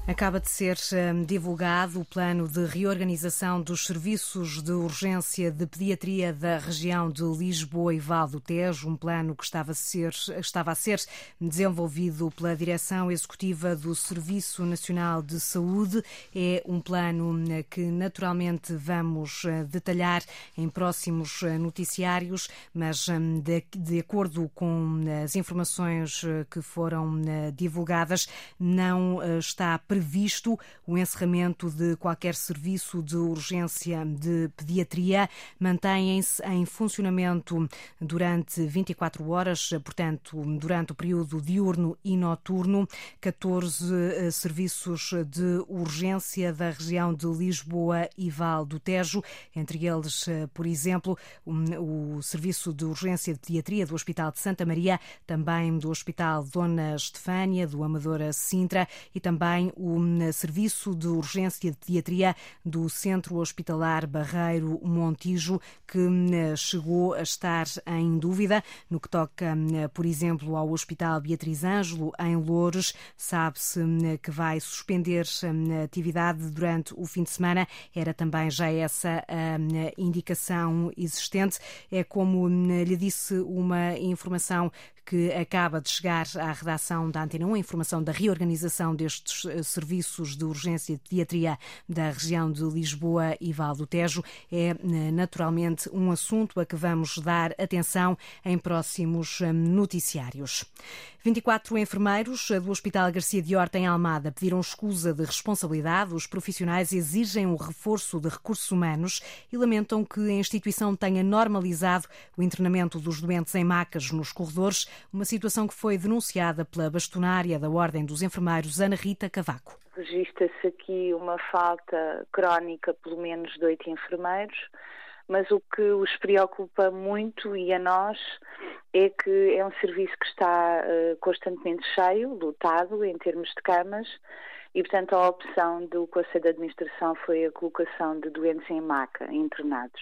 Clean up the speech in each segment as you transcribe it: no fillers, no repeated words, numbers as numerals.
Acaba de ser divulgado o plano de reorganização dos serviços de urgência de pediatria da região de Lisboa e Val do Tejo, um plano que estava a ser desenvolvido pela Direção Executiva do Serviço Nacional de Saúde. É um plano que naturalmente vamos detalhar em próximos noticiários, mas de acordo com as informações que foram divulgadas, não está previsto o encerramento de qualquer serviço de urgência de pediatria. Mantêm-se em funcionamento durante 24 horas, portanto, durante o período diurno e noturno, 14 serviços de urgência da região de Lisboa e Val do Tejo, entre eles, por exemplo, o Serviço de Urgência de Pediatria do Hospital de Santa Maria, também do Hospital Dona Estefânia, do Amadora Sintra e também o Serviço de Urgência de Pediatria do Centro Hospitalar Barreiro Montijo, que chegou a estar em dúvida no que toca, por exemplo, ao Hospital Beatriz Ângelo, em Loures. Sabe-se que vai suspender a atividade durante o fim de semana. Era também já essa a indicação existente. É como lhe disse, uma informação que acaba de chegar à redação da Antena 1, a informação da reorganização destes serviços de urgência de pediatria da região de Lisboa e Val do Tejo. É naturalmente um assunto a que vamos dar atenção em próximos noticiários. 24 enfermeiros do Hospital Garcia de Horta, em Almada, pediram escusa de responsabilidade. Os profissionais exigem um reforço de recursos humanos e lamentam que a instituição tenha normalizado o internamento dos doentes em macas nos corredores, uma situação que foi denunciada pela bastonária da Ordem dos Enfermeiros, Ana Rita Cavaco. Registra-se aqui uma falta crónica, pelo menos, de 8 enfermeiros, mas o que os preocupa muito, e a nós, é que é um serviço que está constantemente cheio, lotado em termos de camas, e, portanto, a opção do Conselho de Administração foi a colocação de doentes em maca, internados.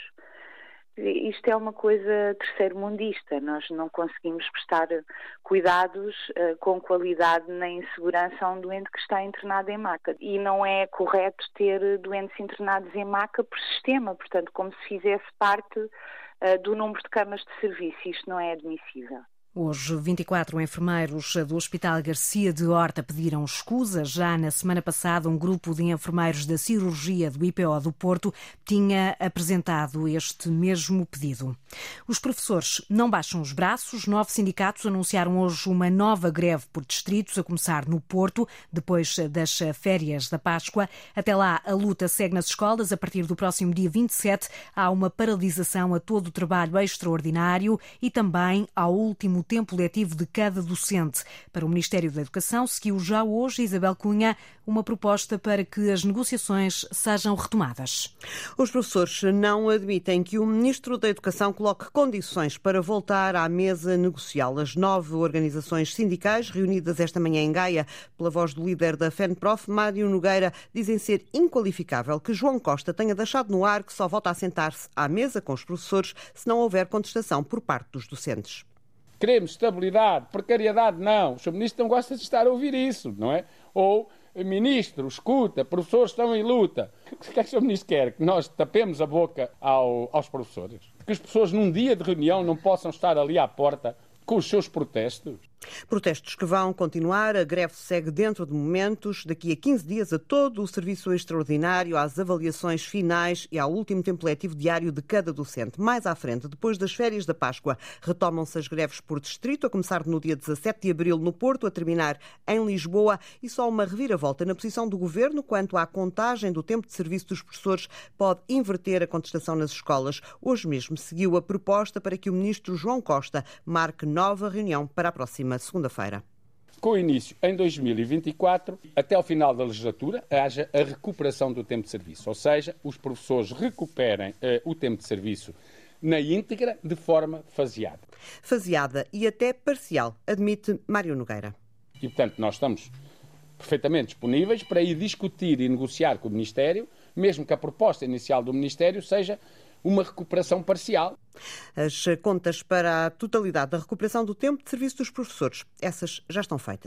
Isto é uma coisa terceiro-mundista. Nós não conseguimos prestar cuidados com qualidade nem segurança a um doente que está internado em maca. E não é correto ter doentes internados em maca por sistema, portanto, como se fizesse parte do número de camas de serviço. Isto não é admissível. Hoje, 24 enfermeiros do Hospital Garcia de Horta pediram escusa. Já na semana passada, um grupo de enfermeiros da cirurgia do IPO do Porto tinha apresentado este mesmo pedido. Os professores não baixam os braços. 9 sindicatos anunciaram hoje uma nova greve por distritos, a começar no Porto, depois das férias da Páscoa. Até lá, a luta segue nas escolas. A partir do próximo dia 27, há uma paralisação a todo o trabalho extraordinário e também ao último tempo letivo de cada docente. Para o Ministério da Educação, seguiu já hoje, Isabel Cunha, uma proposta para que as negociações sejam retomadas. Os professores não admitem que o Ministro da Educação coloque condições para voltar à mesa negocial. As 9 organizações sindicais, reunidas esta manhã em Gaia, pela voz do líder da FENPROF, Mário Nogueira, dizem ser inqualificável que João Costa tenha deixado no ar que só volta a sentar-se à mesa com os professores se não houver contestação por parte dos docentes. Queremos estabilidade, precariedade, não. O Sr. Ministro não gosta de estar a ouvir isso, não é? Ou, Ministro, escuta, professores estão em luta. O que é que o Sr. Ministro quer? Que nós tapemos a boca aos professores? Que as pessoas num dia de reunião não possam estar ali à porta com os seus protestos? Protestos que vão continuar, a greve segue dentro de momentos, daqui a 15 dias a todo o serviço extraordinário, às avaliações finais e ao último tempo letivo diário de cada docente. Mais à frente, depois das férias da Páscoa, retomam-se as greves por distrito, a começar no dia 17 de abril no Porto, a terminar em Lisboa, e só uma reviravolta na posição do Governo quanto à contagem do tempo de serviço dos professores pode inverter a contestação nas escolas. Hoje mesmo seguiu a proposta para que o Ministro João Costa marque nova reunião para a próxima segunda-feira. Com início em 2024, até ao final da legislatura, haja a recuperação do tempo de serviço. Ou seja, os professores recuperem o tempo de serviço na íntegra, de forma faseada. Faseada e até parcial, admite Mário Nogueira. E, portanto, nós estamos perfeitamente disponíveis para ir discutir e negociar com o Ministério, mesmo que a proposta inicial do Ministério seja uma recuperação parcial. As contas para a totalidade da recuperação do tempo de serviço dos professores, essas já estão feitas.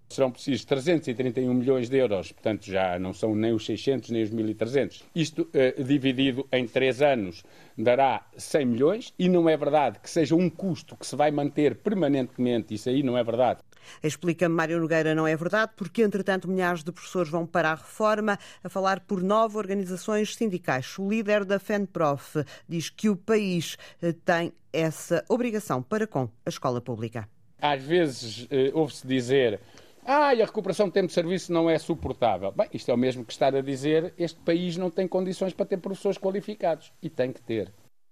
Serão precisos 331 milhões de euros, portanto já não são nem os 600 nem os 1.300. Isto dividido em 3 anos dará 100 milhões e não é verdade que seja um custo que se vai manter permanentemente, isso aí não é verdade. Explica Mário Nogueira, não é verdade, porque entretanto milhares de professores vão para a reforma, a falar por 9 organizações sindicais. O líder da FENPROF diz que o país tem essa obrigação para com a escola pública. Às vezes ouve-se dizer: a recuperação de tempo de serviço não é suportável. Bem, isto é o mesmo que estar a dizer: este país não tem condições para ter professores qualificados. E tem que ter.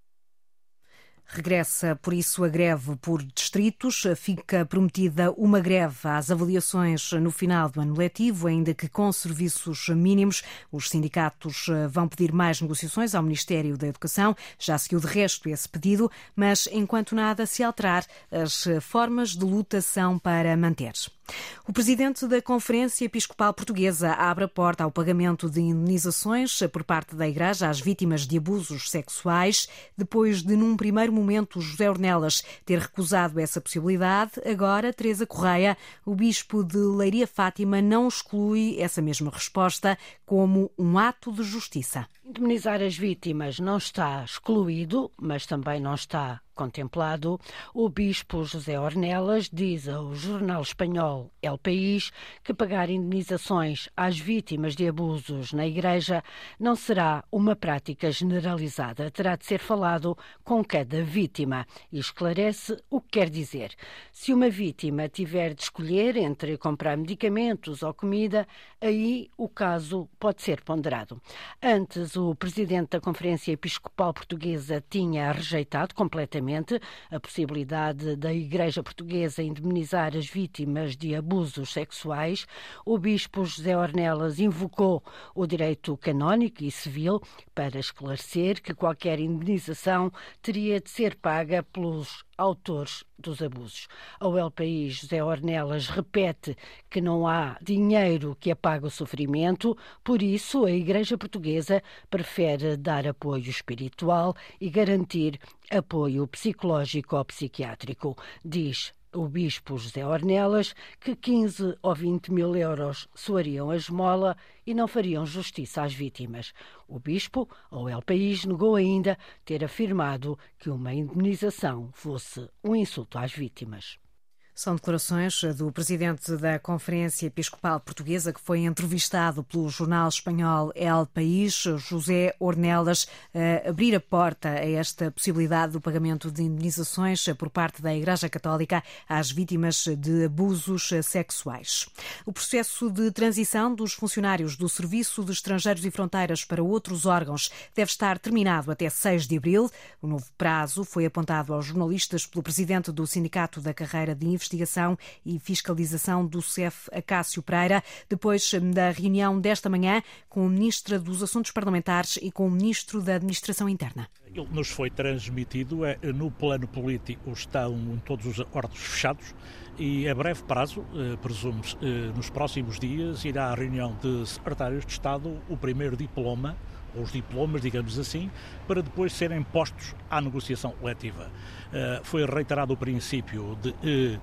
Regressa, por isso, a greve por distritos. Fica prometida uma greve às avaliações no final do ano letivo, ainda que com serviços mínimos. Os sindicatos vão pedir mais negociações ao Ministério da Educação. Já seguiu de resto esse pedido, mas enquanto nada se alterar, as formas de luta são para manter. O presidente da Conferência Episcopal Portuguesa abre a porta ao pagamento de indenizações por parte da Igreja às vítimas de abusos sexuais. Depois de, num primeiro momento, José Ornelas ter recusado essa possibilidade, agora Teresa Correia, o bispo de Leiria Fátima, não exclui essa mesma resposta como um ato de justiça. Indemnizar as vítimas não está excluído, mas também não está contemplado. O bispo José Ornelas diz ao jornal espanhol El País que pagar indemnizações às vítimas de abusos na Igreja não será uma prática generalizada. Terá de ser falado com cada vítima e esclarece o que quer dizer. Se uma vítima tiver de escolher entre comprar medicamentos ou comida, aí o caso pode ser ponderado. Antes, o presidente da Conferência Episcopal Portuguesa tinha rejeitado completamente a possibilidade da Igreja Portuguesa indemnizar as vítimas de abusos sexuais. O bispo José Ornelas invocou o direito canónico e civil para esclarecer que qualquer indemnização teria de ser paga pelos autores dos abusos. Ao El País, José Ornelas repete que não há dinheiro que apague o sofrimento, por isso a Igreja Portuguesa prefere dar apoio espiritual e garantir apoio psicológico ou psiquiátrico. Diz o bispo José Ornelas que 15 ou 20 mil euros soariam a esmola e não fariam justiça às vítimas. O bispo, ao El País, negou ainda ter afirmado que uma indemnização fosse um insulto às vítimas. São declarações do presidente da Conferência Episcopal Portuguesa, que foi entrevistado pelo jornal espanhol El País, José Ornelas, a abrir a porta a esta possibilidade do pagamento de indemnizações por parte da Igreja Católica às vítimas de abusos sexuais. O processo de transição dos funcionários do Serviço de Estrangeiros e Fronteiras para outros órgãos deve estar terminado até 6 de abril. O novo prazo foi apontado aos jornalistas pelo presidente do Sindicato da Carreira de Investigação e Fiscalização do CEF, Acácio Pereira, depois da reunião desta manhã com o Ministro dos Assuntos Parlamentares e com o Ministro da Administração Interna. Ele nos foi transmitido, no plano político estão todos os acordos fechados e a breve prazo, presumo-se, nos próximos dias, irá à reunião de secretários de Estado o primeiro diploma, ou os diplomas, digamos assim, para depois serem postos à negociação coletiva. Foi reiterado o princípio de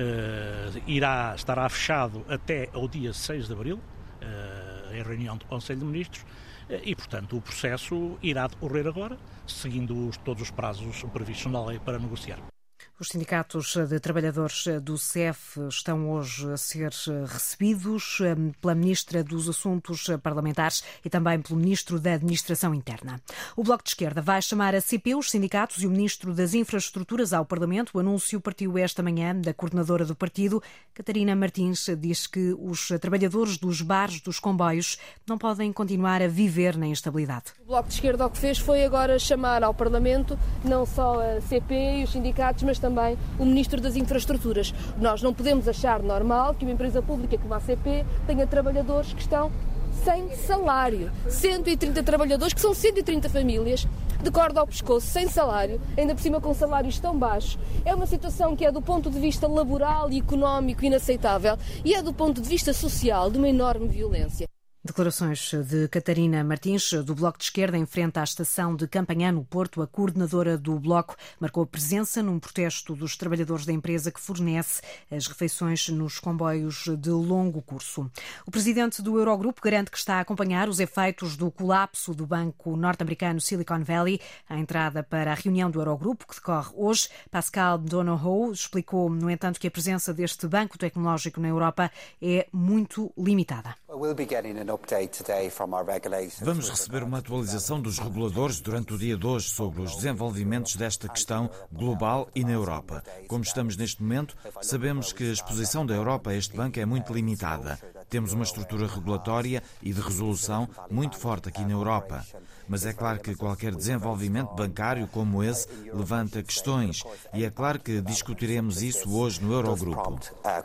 estará fechado até ao dia 6 de abril, em reunião do Conselho de Ministros, e, portanto, o processo irá decorrer agora, seguindo todos os prazos previstos na lei para negociar. Os sindicatos de trabalhadores do CEF estão hoje a ser recebidos pela Ministra dos Assuntos Parlamentares e também pelo Ministro da Administração Interna. O Bloco de Esquerda vai chamar a CP, os sindicatos e o Ministro das Infraestruturas ao Parlamento. O anúncio partiu esta manhã da coordenadora do partido. Catarina Martins diz que os trabalhadores dos bares dos comboios não podem continuar a viver na instabilidade. O Bloco de Esquerda o que fez foi agora chamar ao Parlamento não só a CP e os sindicatos, mas também o Ministro das Infraestruturas. Nós não podemos achar normal que uma empresa pública como a CP tenha trabalhadores que estão sem salário. 130 trabalhadores, que são 130 famílias, de corda ao pescoço, sem salário, ainda por cima com salários tão baixos. É uma situação que é do ponto de vista laboral e económico inaceitável e é do ponto de vista social de uma enorme violência. Declarações de Catarina Martins, do Bloco de Esquerda, em frente à estação de Campanhã, no Porto. A coordenadora do Bloco marcou a presença num protesto dos trabalhadores da empresa que fornece as refeições nos comboios de longo curso. O presidente do Eurogrupo garante que está a acompanhar os efeitos do colapso do banco norte-americano Silicon Valley. A entrada para a reunião do Eurogrupo, que decorre hoje, Pascal Donohoe explicou, no entanto, que a presença deste banco tecnológico na Europa é muito limitada. Vamos receber uma atualização dos reguladores durante o dia de hoje sobre os desenvolvimentos desta questão global e na Europa. Como estamos neste momento, sabemos que a exposição da Europa a este banco é muito limitada. Temos uma estrutura regulatória e de resolução muito forte aqui na Europa. Mas é claro que qualquer desenvolvimento bancário como esse levanta questões e é claro que discutiremos isso hoje no Eurogrupo.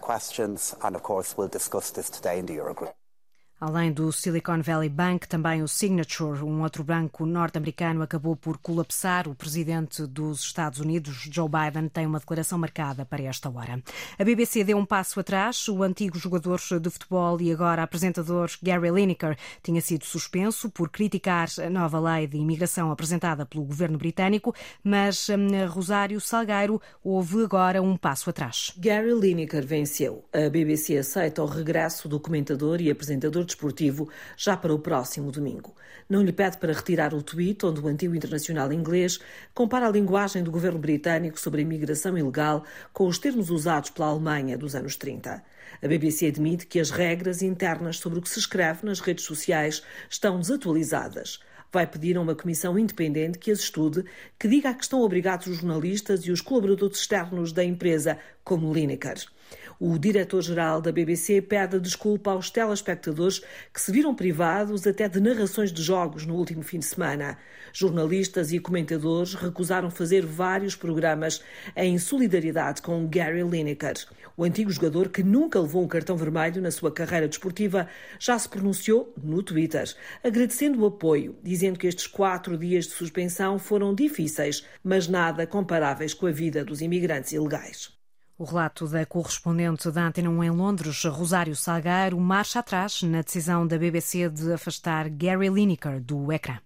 Além do Silicon Valley Bank, também o Signature, um outro banco norte-americano, acabou por colapsar. O presidente dos Estados Unidos, Joe Biden, tem uma declaração marcada para esta hora. A BBC deu um passo atrás. O antigo jogador de futebol e agora apresentador Gary Lineker tinha sido suspenso por criticar a nova lei de imigração apresentada pelo governo britânico, mas Rosário Salgueiro houve agora um passo atrás. Gary Lineker venceu. A BBC aceita o regresso do comentador e apresentador desportivo já para o próximo domingo. Não lhe pede para retirar o tweet onde o antigo internacional inglês compara a linguagem do governo britânico sobre a imigração ilegal com os termos usados pela Alemanha dos anos 30. A BBC admite que as regras internas sobre o que se escreve nas redes sociais estão desatualizadas. Vai pedir a uma comissão independente que as estude, que diga a que estão obrigados os jornalistas e os colaboradores externos da empresa, como Lineker. O diretor-geral da BBC pede desculpa aos telespectadores que se viram privados até de narrações de jogos no último fim de semana. Jornalistas e comentadores recusaram fazer vários programas em solidariedade com Gary Lineker. O antigo jogador, que nunca levou um cartão vermelho na sua carreira desportiva, já se pronunciou no Twitter, agradecendo o apoio, dizendo que estes 4 dias de suspensão foram difíceis, mas nada comparáveis com a vida dos imigrantes ilegais. O relato da correspondente da Antena 1 em Londres, Rosário Salgueiro, marcha atrás na decisão da BBC de afastar Gary Lineker do ecrã.